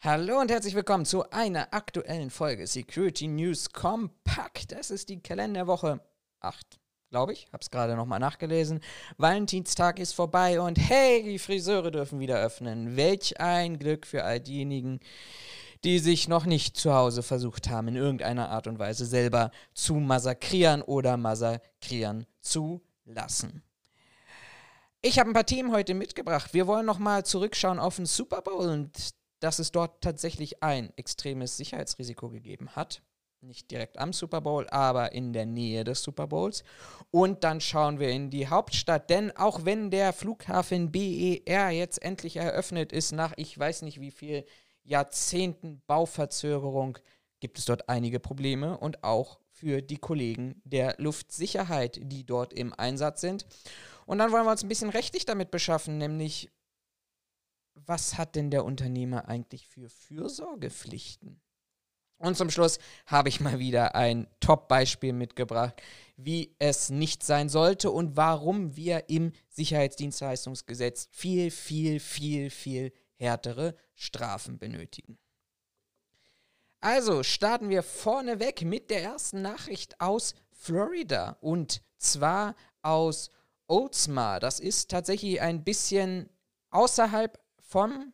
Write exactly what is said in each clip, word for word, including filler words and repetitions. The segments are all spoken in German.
Hallo und herzlich willkommen zu einer aktuellen Folge Security News Compact. Das ist die Kalenderwoche acht, glaube ich. Hab's gerade nochmal nachgelesen. Valentinstag ist vorbei und hey, die Friseure dürfen wieder öffnen. Welch ein Glück für all diejenigen, die sich noch nicht zu Hause versucht haben, in irgendeiner Art und Weise selber zu massakrieren oder massakrieren zu lassen. Ich habe ein paar Themen heute mitgebracht. Wir wollen nochmal zurückschauen auf den Super Bowl und dass es dort tatsächlich ein extremes Sicherheitsrisiko gegeben hat. Nicht direkt am Super Bowl, aber in der Nähe des Super Bowls. Und dann schauen wir in die Hauptstadt, denn auch wenn der Flughafen B E R jetzt endlich eröffnet ist, nach ich weiß nicht wie viel Jahrzehnten Bauverzögerung, gibt es dort einige Probleme und auch für die Kollegen der Luftsicherheit, die dort im Einsatz sind. Und dann wollen wir uns ein bisschen rechtlich damit beschaffen, nämlich was hat denn der Unternehmer eigentlich für Fürsorgepflichten? Und zum Schluss habe ich mal wieder ein Top-Beispiel mitgebracht, wie es nicht sein sollte und warum wir im Sicherheitsdienstleistungsgesetz viel, viel, viel, viel härtere Strafen benötigen. Also starten wir vorneweg mit der ersten Nachricht aus Florida und zwar aus Oldsmar. Das ist tatsächlich ein bisschen außerhalb vom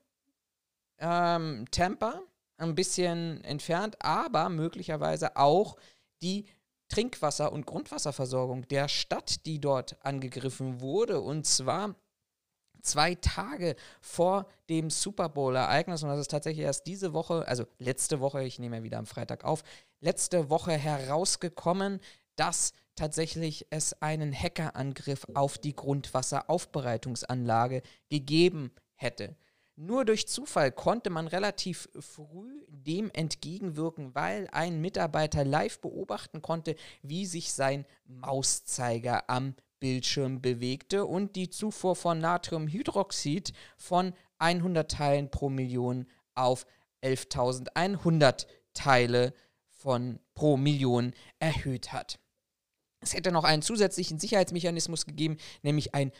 ähm, Tampa, ein bisschen entfernt, aber möglicherweise auch die Trinkwasser- und Grundwasserversorgung der Stadt, die dort angegriffen wurde. Und zwar zwei Tage vor dem Super Bowl-Ereignis. Und das ist tatsächlich erst diese Woche, also letzte Woche, ich nehme ja wieder am Freitag auf, letzte Woche herausgekommen, dass tatsächlich es einen Hackerangriff auf die Grundwasseraufbereitungsanlage gegeben hätte. Nur durch Zufall konnte man relativ früh dem entgegenwirken, weil ein Mitarbeiter live beobachten konnte, wie sich sein Mauszeiger am Bildschirm bewegte und die Zufuhr von Natriumhydroxid von hundert Teilen pro Million auf elftausendeinhundert Teile von pro Million erhöht hat. Es hätte noch einen zusätzlichen Sicherheitsmechanismus gegeben, nämlich ein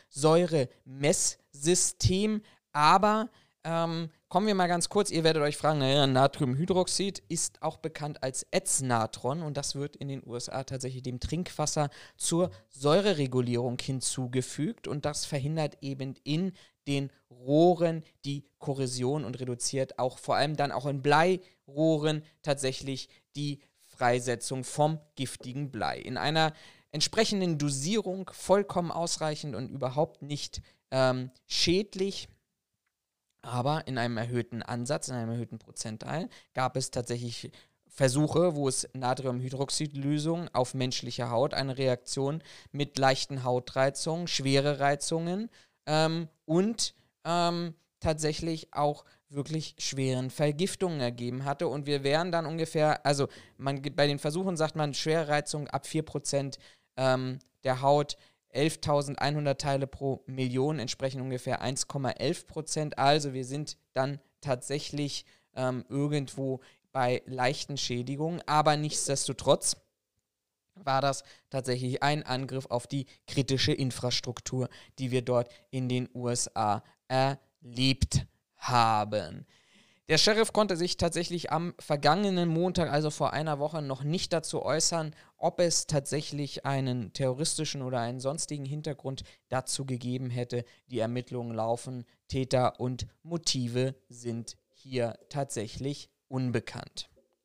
Säuremesssystem, aber ähm, kommen wir mal ganz kurz, ihr werdet euch fragen, naja, Natriumhydroxid ist auch bekannt als Ätznatron und das wird in den U S A tatsächlich dem Trinkwasser zur Säureregulierung hinzugefügt und das verhindert eben in den Rohren die Korrosion und reduziert auch vor allem dann auch in Bleirohren tatsächlich die Freisetzung vom giftigen Blei. In einer entsprechenden Dosierung vollkommen ausreichend und überhaupt nicht ähm, schädlich. Aber in einem erhöhten Ansatz, in einem erhöhten Prozentteil, gab es tatsächlich Versuche, wo es Natriumhydroxidlösung auf menschlicher Haut, eine Reaktion mit leichten Hautreizungen, schwere Reizungen ähm, und ähm, tatsächlich auch wirklich schweren Vergiftungen ergeben hatte. Und wir wären dann ungefähr, also man bei den Versuchen sagt man, schwere Reizung ab vier Prozent ähm, der Haut, elftausendeinhundert Teile pro Million, entsprechen ungefähr eins Komma elf Prozent. Also wir sind dann tatsächlich ähm, irgendwo bei leichten Schädigungen, aber nichtsdestotrotz war das tatsächlich ein Angriff auf die kritische Infrastruktur, die wir dort in den U S A erlebt haben. Der Sheriff konnte sich tatsächlich am vergangenen Montag, also vor einer Woche, noch nicht dazu äußern, ob es tatsächlich einen terroristischen oder einen sonstigen Hintergrund dazu gegeben hätte. Die Ermittlungen laufen, Täter und Motive sind hier tatsächlich unbekannt.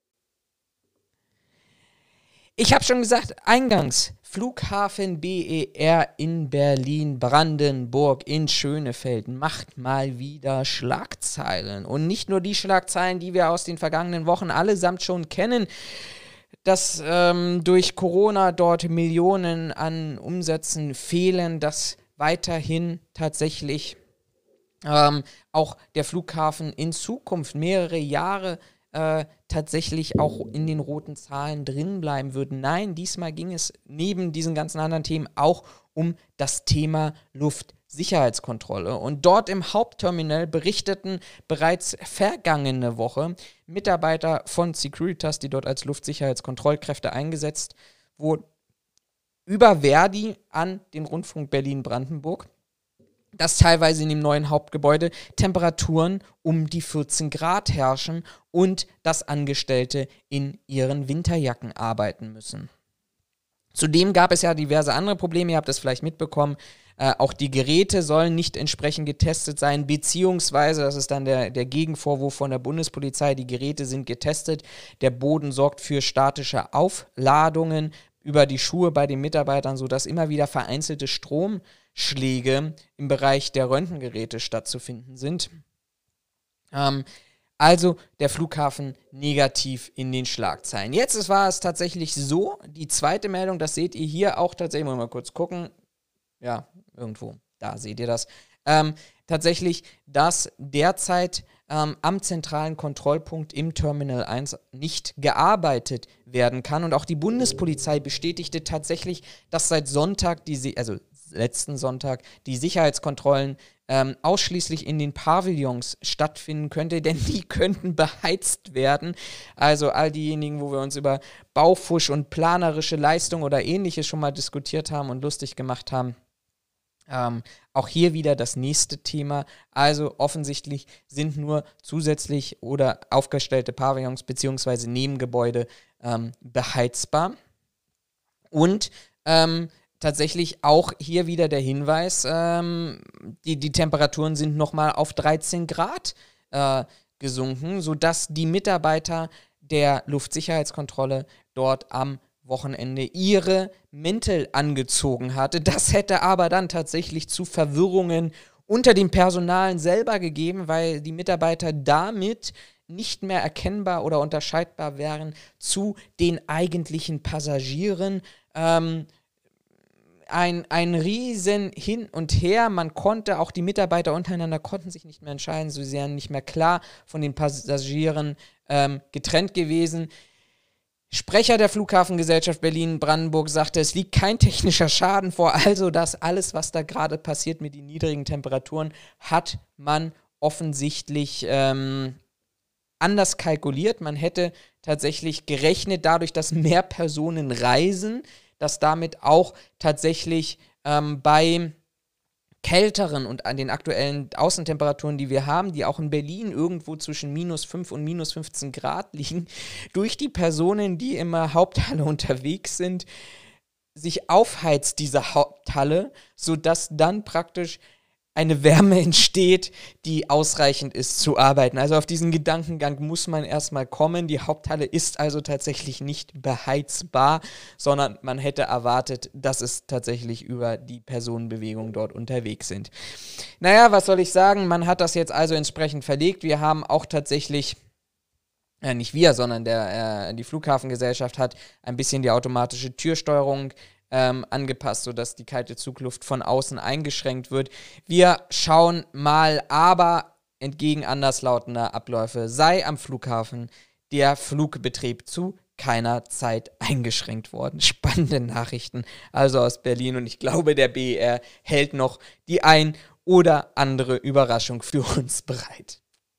Ich habe schon gesagt, eingangs, Flughafen B E R in Berlin-Brandenburg in Schönefeld macht mal wieder Schlagzeilen. Und nicht nur die Schlagzeilen, die wir aus den vergangenen Wochen allesamt schon kennen, dass ähm, durch Corona dort Millionen an Umsätzen fehlen, dass weiterhin tatsächlich ähm, auch der Flughafen in Zukunft mehrere Jahre Äh, tatsächlich auch in den roten Zahlen drin bleiben würden. Nein, diesmal ging es neben diesen ganzen anderen Themen auch um das Thema Luftsicherheitskontrolle. Und dort im Hauptterminal berichteten bereits vergangene Woche Mitarbeiter von Securitas, die dort als Luftsicherheitskontrollkräfte eingesetzt wurden, über Verdi an den Rundfunk Berlin-Brandenburg, dass teilweise in dem neuen Hauptgebäude Temperaturen um die vierzehn Grad herrschen und dass Angestellte in ihren Winterjacken arbeiten müssen. Zudem gab es ja diverse andere Probleme, ihr habt es vielleicht mitbekommen, äh, auch die Geräte sollen nicht entsprechend getestet sein, beziehungsweise, das ist dann der, der Gegenvorwurf von der Bundespolizei, die Geräte sind getestet, der Boden sorgt für statische Aufladungen über die Schuhe bei den Mitarbeitern, sodass immer wieder vereinzelte Stromschläge im Bereich der Röntgengeräte stattzufinden sind. Ähm, Also der Flughafen negativ in den Schlagzeilen. Jetzt war es tatsächlich so, die zweite Meldung, das seht ihr hier auch tatsächlich, mal kurz gucken, ja, irgendwo, da seht ihr das, ähm, tatsächlich, dass derzeit ähm, am zentralen Kontrollpunkt im Terminal eins nicht gearbeitet werden kann und auch die Bundespolizei bestätigte tatsächlich, dass seit Sonntag, die, also letzten Sonntag, die Sicherheitskontrollen ähm, ausschließlich in den Pavillons stattfinden könnte, denn die könnten beheizt werden. Also all diejenigen, wo wir uns über Baufusch und planerische Leistung oder ähnliches schon mal diskutiert haben und lustig gemacht haben. Ähm, auch hier wieder das nächste Thema. Also offensichtlich sind nur zusätzlich oder aufgestellte Pavillons bzw. Nebengebäude ähm, beheizbar. Und ähm, tatsächlich auch hier wieder der Hinweis, ähm, die, die Temperaturen sind nochmal auf dreizehn Grad äh, gesunken, sodass die Mitarbeiter der Luftsicherheitskontrolle dort am Wochenende ihre Mäntel angezogen hatte. Das hätte aber dann tatsächlich zu Verwirrungen unter dem Personal selber gegeben, weil die Mitarbeiter damit nicht mehr erkennbar oder unterscheidbar wären zu den eigentlichen Passagieren. Ähm, Ein, ein riesen Hin und Her, man konnte, auch die Mitarbeiter untereinander konnten sich nicht mehr entscheiden, sie wären nicht mehr klar von den Passagieren ähm, getrennt gewesen. Sprecher der Flughafengesellschaft Berlin-Brandenburg sagte, es liegt kein technischer Schaden vor, also das alles, was da gerade passiert mit den niedrigen Temperaturen, hat man offensichtlich ähm, anders kalkuliert. Man hätte tatsächlich gerechnet, dadurch, dass mehr Personen reisen, dass damit auch tatsächlich ähm, bei kälteren und an den aktuellen Außentemperaturen, die wir haben, die auch in Berlin irgendwo zwischen minus fünf und minus fünfzehn Grad liegen, durch die Personen, die in der Haupthalle unterwegs sind, sich aufheizt, diese Haupthalle, sodass dann praktisch eine Wärme entsteht, die ausreichend ist zu arbeiten. Also auf diesen Gedankengang muss man erstmal kommen. Die Haupthalle ist also tatsächlich nicht beheizbar, sondern man hätte erwartet, dass es tatsächlich über die Personenbewegung dort unterwegs sind. Naja, was soll ich sagen? Man hat das jetzt also entsprechend verlegt. Wir haben auch tatsächlich, äh, nicht wir, sondern der, äh, die Flughafengesellschaft hat ein bisschen die automatische Türsteuerung Ähm, angepasst, sodass die kalte Zugluft von außen eingeschränkt wird. Wir schauen mal, aber entgegen anderslautender Abläufe sei am Flughafen der Flugbetrieb zu keiner Zeit eingeschränkt worden. Spannende Nachrichten also aus Berlin und ich glaube, der B E R hält noch die ein oder andere Überraschung für uns bereit.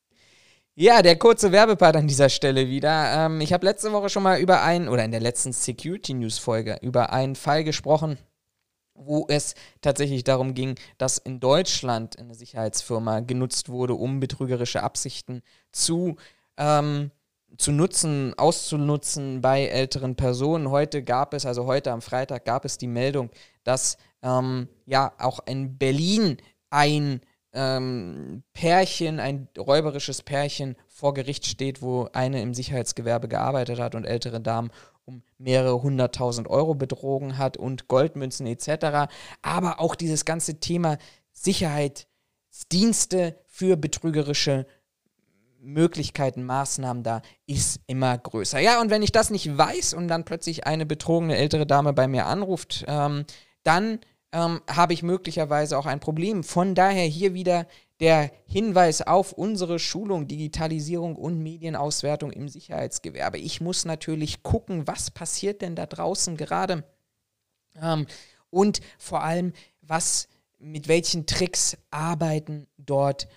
Ja, der kurze Werbepart an dieser Stelle wieder. Ähm, ich habe letzte Woche schon mal über einen, oder in der letzten Security-News-Folge, über einen Fall gesprochen, wo es tatsächlich darum ging, dass in Deutschland eine Sicherheitsfirma genutzt wurde, um betrügerische Absichten zu, ähm, zu nutzen, auszunutzen bei älteren Personen. Heute gab es, also heute am Freitag gab es die Meldung, dass ähm, ja auch in Berlin ein Ähm, Pärchen, ein räuberisches Pärchen vor Gericht steht, wo eine im Sicherheitsgewerbe gearbeitet hat und ältere Damen um mehrere hunderttausend Euro betrogen hat und Goldmünzen et cetera. Aber auch dieses ganze Thema Sicherheitsdienste für betrügerische Möglichkeiten, Maßnahmen da ist immer größer. Ja, und wenn ich das nicht weiß und dann plötzlich eine betrogene ältere Dame bei mir anruft, ähm, dann Ähm, habe ich möglicherweise auch ein Problem. Von daher hier wieder der Hinweis auf unsere Schulung, Digitalisierung und Medienauswertung im Sicherheitsgewerbe. Ich muss natürlich gucken, was passiert denn da draußen gerade ähm, und vor allem, was, mit welchen Tricks arbeiten dort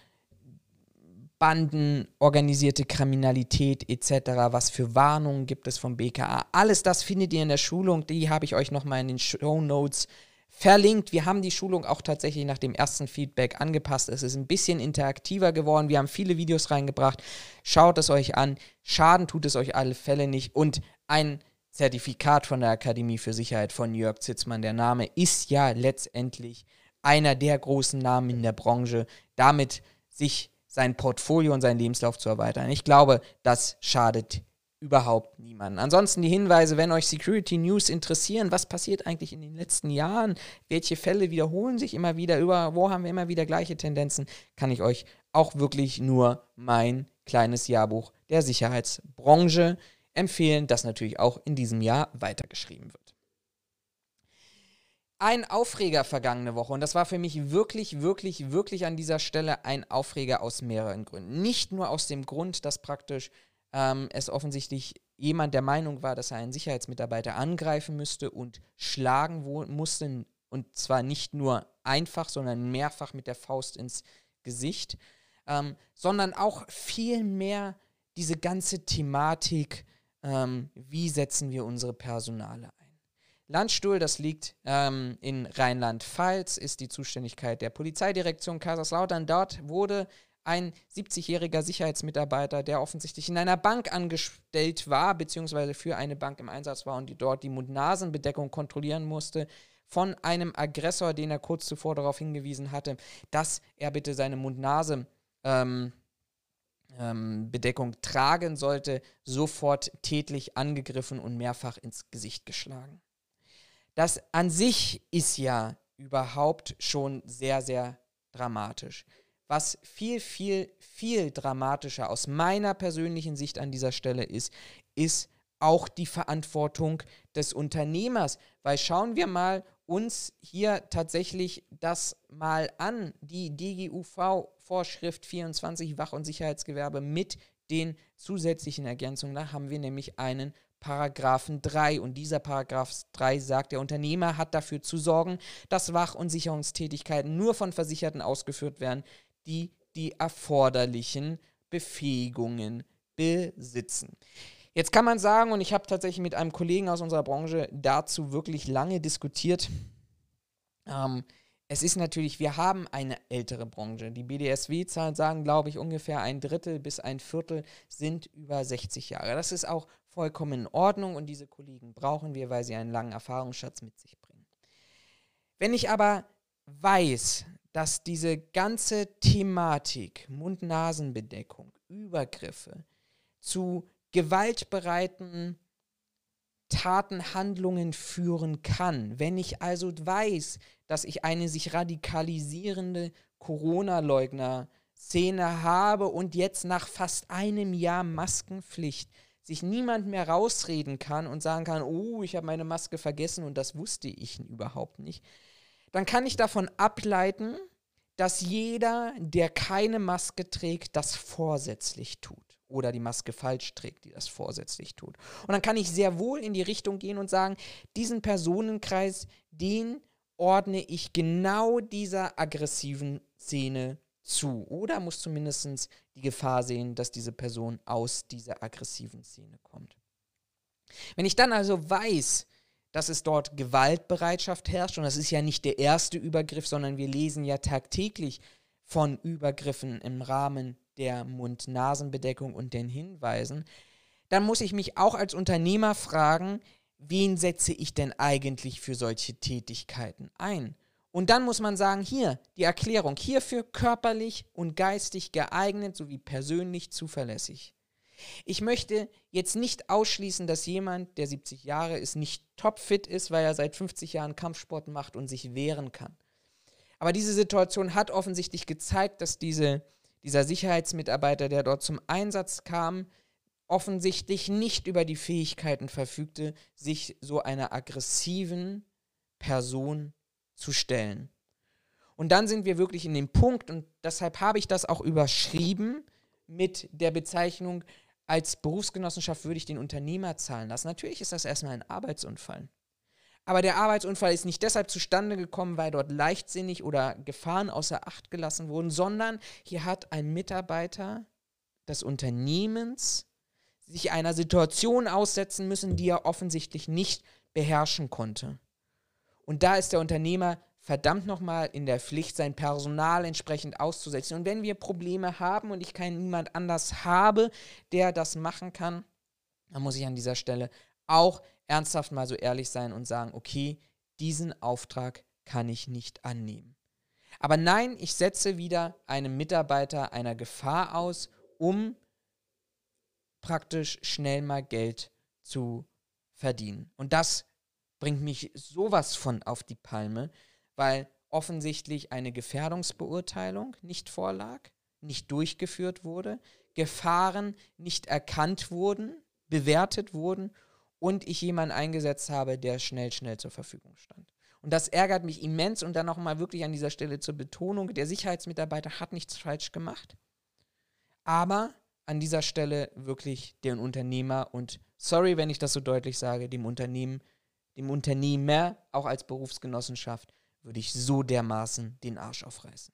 Banden, organisierte Kriminalität et cetera. Was für Warnungen gibt es vom B K A? Alles das findet ihr in der Schulung, die habe ich euch nochmal in den Shownotes verlinkt. Wir haben die Schulung auch tatsächlich nach dem ersten Feedback angepasst. Es ist ein bisschen interaktiver geworden. Wir haben viele Videos reingebracht. Schaut es euch an. Schaden tut es euch alle Fälle nicht. Und ein Zertifikat von der Akademie für Sicherheit von Jörg Zitzmann. Der Name ist ja letztendlich einer der großen Namen in der Branche. Damit sich sein Portfolio und seinen Lebenslauf zu erweitern. Ich glaube, das schadet überhaupt niemanden. Ansonsten die Hinweise, wenn euch Security News interessieren, was passiert eigentlich in den letzten Jahren, welche Fälle wiederholen sich immer wieder, über wo haben wir immer wieder gleiche Tendenzen, kann ich euch auch wirklich nur mein kleines Jahrbuch der Sicherheitsbranche empfehlen, das natürlich auch in diesem Jahr weitergeschrieben wird. Ein Aufreger vergangene Woche, und das war für mich wirklich, wirklich, wirklich an dieser Stelle ein Aufreger aus mehreren Gründen. Nicht nur aus dem Grund, dass praktisch ähm, es offensichtlich jemand der Meinung war, dass er einen Sicherheitsmitarbeiter angreifen müsste und schlagen wo- musste, und zwar nicht nur einfach, sondern mehrfach mit der Faust ins Gesicht, ähm, sondern auch viel mehr diese ganze Thematik, ähm, wie setzen wir unsere Personale ein. Landstuhl, das liegt ähm, in Rheinland-Pfalz, ist die Zuständigkeit der Polizeidirektion Kaiserslautern. Dort wurde ein siebzigjähriger Sicherheitsmitarbeiter, der offensichtlich in einer Bank angestellt war, beziehungsweise für eine Bank im Einsatz war und die dort die Mund-Nasen-Bedeckung kontrollieren musste, von einem Aggressor, den er kurz zuvor darauf hingewiesen hatte, dass er bitte seine Mund-Nase ähm, ähm, Bedeckung tragen sollte, sofort tätlich angegriffen und mehrfach ins Gesicht geschlagen. Das an sich ist ja überhaupt schon sehr, sehr dramatisch. Was viel, viel, viel dramatischer aus meiner persönlichen Sicht an dieser Stelle ist, ist auch die Verantwortung des Unternehmers. Weil schauen wir mal uns hier tatsächlich das mal an, die D G U V-Vorschrift vierundzwanzig Wach- und Sicherheitsgewerbe mit den zusätzlichen Ergänzungen. Da haben wir nämlich einen Paragraphen drei, und dieser Paragraph drei sagt, der Unternehmer hat dafür zu sorgen, dass Wach- und Sicherungstätigkeiten nur von Versicherten ausgeführt werden, die die erforderlichen Befähigungen besitzen. Jetzt kann man sagen, und ich habe tatsächlich mit einem Kollegen aus unserer Branche dazu wirklich lange diskutiert, ähm, es ist natürlich, wir haben eine ältere Branche. Die B D S W-Zahlen sagen, glaube ich, ungefähr ein Drittel bis ein Viertel sind über sechzig Jahre. Das ist auch vollkommen in Ordnung, und diese Kollegen brauchen wir, weil sie einen langen Erfahrungsschatz mit sich bringen. Wenn ich aber weiß, dass diese ganze Thematik Mund-Nasen-Bedeckung, Übergriffe zu gewaltbereiten Taten, Handlungen führen kann, wenn ich also weiß, dass ich eine sich radikalisierende Corona-Leugner-Szene habe und jetzt nach fast einem Jahr Maskenpflicht sich niemand mehr rausreden kann und sagen kann, oh, ich habe meine Maske vergessen und das wusste ich überhaupt nicht, dann kann ich davon ableiten, dass jeder, der keine Maske trägt, das vorsätzlich tut. Oder die Maske falsch trägt, die das vorsätzlich tut. Und dann kann ich sehr wohl in die Richtung gehen und sagen, diesen Personenkreis, den ordne ich genau dieser aggressiven Szene zu. Oder muss zumindest die Gefahr sehen, dass diese Person aus dieser aggressiven Szene kommt. Wenn ich dann also weiß, dass es dort Gewaltbereitschaft herrscht, und das ist ja nicht der erste Übergriff, sondern wir lesen ja tagtäglich von Übergriffen im Rahmen der Mund-Nasen-Bedeckung und den Hinweisen, dann muss ich mich auch als Unternehmer fragen, wen setze ich denn eigentlich für solche Tätigkeiten ein? Und dann muss man sagen, hier, die Erklärung, hierfür körperlich und geistig geeignet sowie persönlich zuverlässig. Ich möchte jetzt nicht ausschließen, dass jemand, der siebzig Jahre ist, nicht topfit ist, weil er seit fünfzig Jahren Kampfsport macht und sich wehren kann. Aber diese Situation hat offensichtlich gezeigt, dass diese, dieser Sicherheitsmitarbeiter, der dort zum Einsatz kam, offensichtlich nicht über die Fähigkeiten verfügte, sich so einer aggressiven Person zu stellen. Und dann sind wir wirklich in dem Punkt, und deshalb habe ich das auch überschrieben mit der Bezeichnung, als Berufsgenossenschaft würde ich den Unternehmer zahlen lassen. Natürlich ist das erstmal ein Arbeitsunfall. Aber der Arbeitsunfall ist nicht deshalb zustande gekommen, weil dort leichtsinnig oder Gefahren außer Acht gelassen wurden, sondern hier hat ein Mitarbeiter des Unternehmens sich einer Situation aussetzen müssen, die er offensichtlich nicht beherrschen konnte. Und da ist der Unternehmer verdammt nochmal in der Pflicht, sein Personal entsprechend auszusetzen. Und wenn wir Probleme haben und ich keinen niemand anders habe, der das machen kann, dann muss ich an dieser Stelle auch ernsthaft mal so ehrlich sein und sagen, okay, diesen Auftrag kann ich nicht annehmen. Aber nein, ich setze wieder einem Mitarbeiter einer Gefahr aus, um praktisch schnell mal Geld zu verdienen. Und das bringt mich sowas von auf die Palme, weil offensichtlich eine Gefährdungsbeurteilung nicht vorlag, nicht durchgeführt wurde, Gefahren nicht erkannt wurden, bewertet wurden und ich jemanden eingesetzt habe, der schnell, schnell zur Verfügung stand. Und das ärgert mich immens und dann nochmal wirklich an dieser Stelle zur Betonung, der Sicherheitsmitarbeiter hat nichts falsch gemacht, aber an dieser Stelle wirklich den Unternehmer und, sorry, wenn ich das so deutlich sage, dem Unternehmen, dem Unternehmer, auch als Berufsgenossenschaft, würde ich so dermaßen den Arsch aufreißen.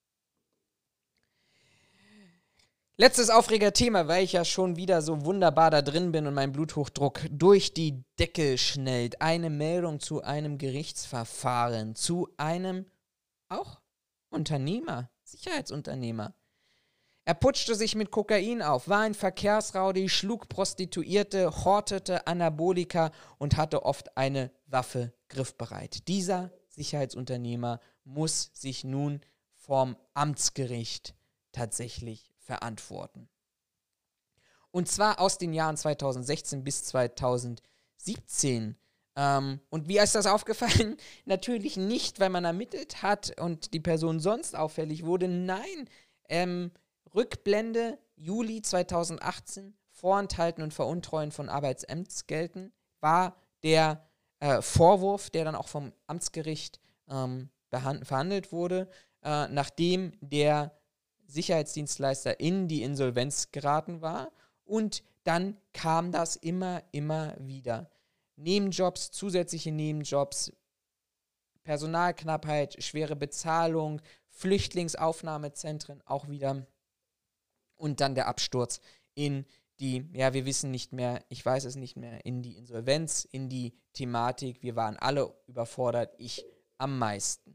Letztes Aufregerthema, weil ich ja schon wieder so wunderbar da drin bin und mein Bluthochdruck durch die Decke schnellt. Eine Meldung zu einem Gerichtsverfahren, zu einem auch Unternehmer, Sicherheitsunternehmer. Er putschte sich mit Kokain auf, war ein Verkehrsrowdy, schlug Prostituierte, hortete Anabolika und hatte oft eine Waffe griffbereit. Dieser Sicherheitsunternehmer muss sich nun vorm Amtsgericht tatsächlich verantworten. Und zwar aus den Jahren zweitausendsechzehn bis zweitausendsiebzehn. Ähm, und wie ist das aufgefallen? Natürlich nicht, weil man ermittelt hat und die Person sonst auffällig wurde. Nein, ähm, Rückblende Juli zweitausendachtzehn, Vorenthalten und Veruntreuen von Arbeitsamtsgelden war der äh, Vorwurf, der dann auch vom Amtsgericht ähm, behand- verhandelt wurde, äh, nachdem der Sicherheitsdienstleister in die Insolvenz geraten war und dann kam das immer, immer wieder. Nebenjobs, zusätzliche Nebenjobs, Personalknappheit, schwere Bezahlung, Flüchtlingsaufnahmezentren auch wieder und dann der Absturz in die, ja, wir wissen nicht mehr, ich weiß es nicht mehr, in die Insolvenz, in die Thematik. Wir waren alle überfordert, ich am meisten.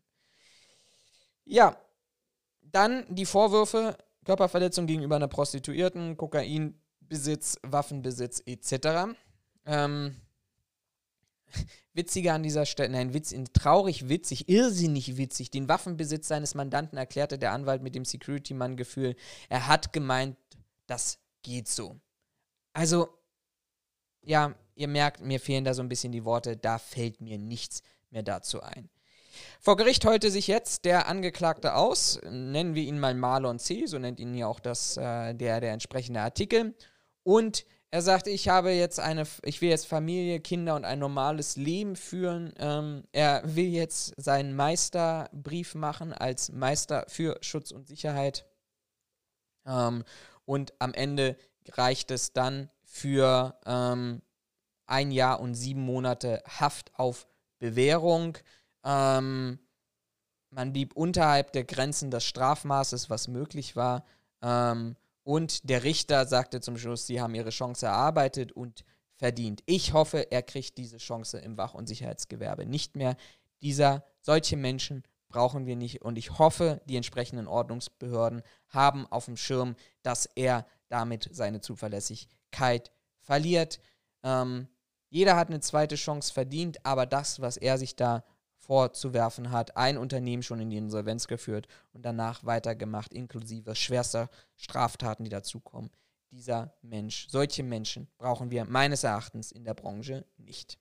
Ja, dann die Vorwürfe, Körperverletzung gegenüber einer Prostituierten, Kokainbesitz, Waffenbesitz et cetera. Ähm, witziger an dieser Stelle, nein, witz, traurig witzig, irrsinnig witzig, den Waffenbesitz seines Mandanten erklärte der Anwalt mit dem Security-Mann-Gefühl, er hat gemeint, das geht so. Also, ja, ihr merkt, mir fehlen da so ein bisschen die Worte, da fällt mir nichts mehr dazu ein. Vor Gericht heulte sich jetzt der Angeklagte aus, nennen wir ihn mal Marlon C., so nennt ihn ja auch das, äh, der, der entsprechende Artikel. Und er sagte, ich habe jetzt eine, ich will jetzt Familie, Kinder und ein normales Leben führen. Ähm, er will jetzt seinen Meisterbrief machen als Meister für Schutz und Sicherheit. Ähm, und am Ende reicht es dann für ähm, ein Jahr und sieben Monate Haft auf Bewährung. Ähm, man blieb unterhalb der Grenzen des Strafmaßes, was möglich war. Ähm, und der Richter sagte zum Schluss, sie haben ihre Chance erarbeitet und verdient. Ich hoffe, er kriegt diese Chance im Wach- und Sicherheitsgewerbe nicht mehr. Dieser, solche Menschen brauchen wir nicht. Und ich hoffe, die entsprechenden Ordnungsbehörden haben auf dem Schirm, dass er damit seine Zuverlässigkeit verliert. Ähm, jeder hat eine zweite Chance verdient, aber das, was er sich da vorzuwerfen hat, ein Unternehmen schon in die Insolvenz geführt und danach weitergemacht, inklusive schwerster Straftaten, die dazukommen. Dieser Mensch, solche Menschen brauchen wir meines Erachtens in der Branche nicht.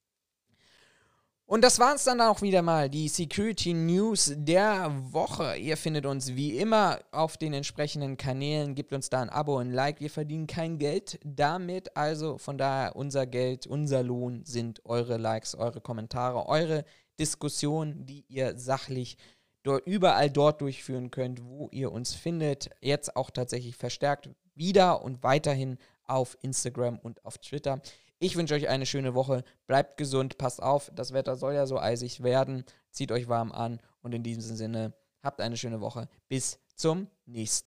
Und das waren es dann auch wieder mal, die Security News der Woche. Ihr findet uns wie immer auf den entsprechenden Kanälen, gebt uns da ein Abo, ein Like. Wir verdienen kein Geld damit, also von daher unser Geld, unser Lohn sind eure Likes, eure Kommentare, eure Diskussionen, die ihr sachlich dort, überall dort durchführen könnt, wo ihr uns findet. Jetzt auch tatsächlich verstärkt wieder und weiterhin auf Instagram und auf Twitter. Ich wünsche euch eine schöne Woche, bleibt gesund, passt auf, das Wetter soll ja so eisig werden, zieht euch warm an und in diesem Sinne, habt eine schöne Woche, bis zum nächsten Mal.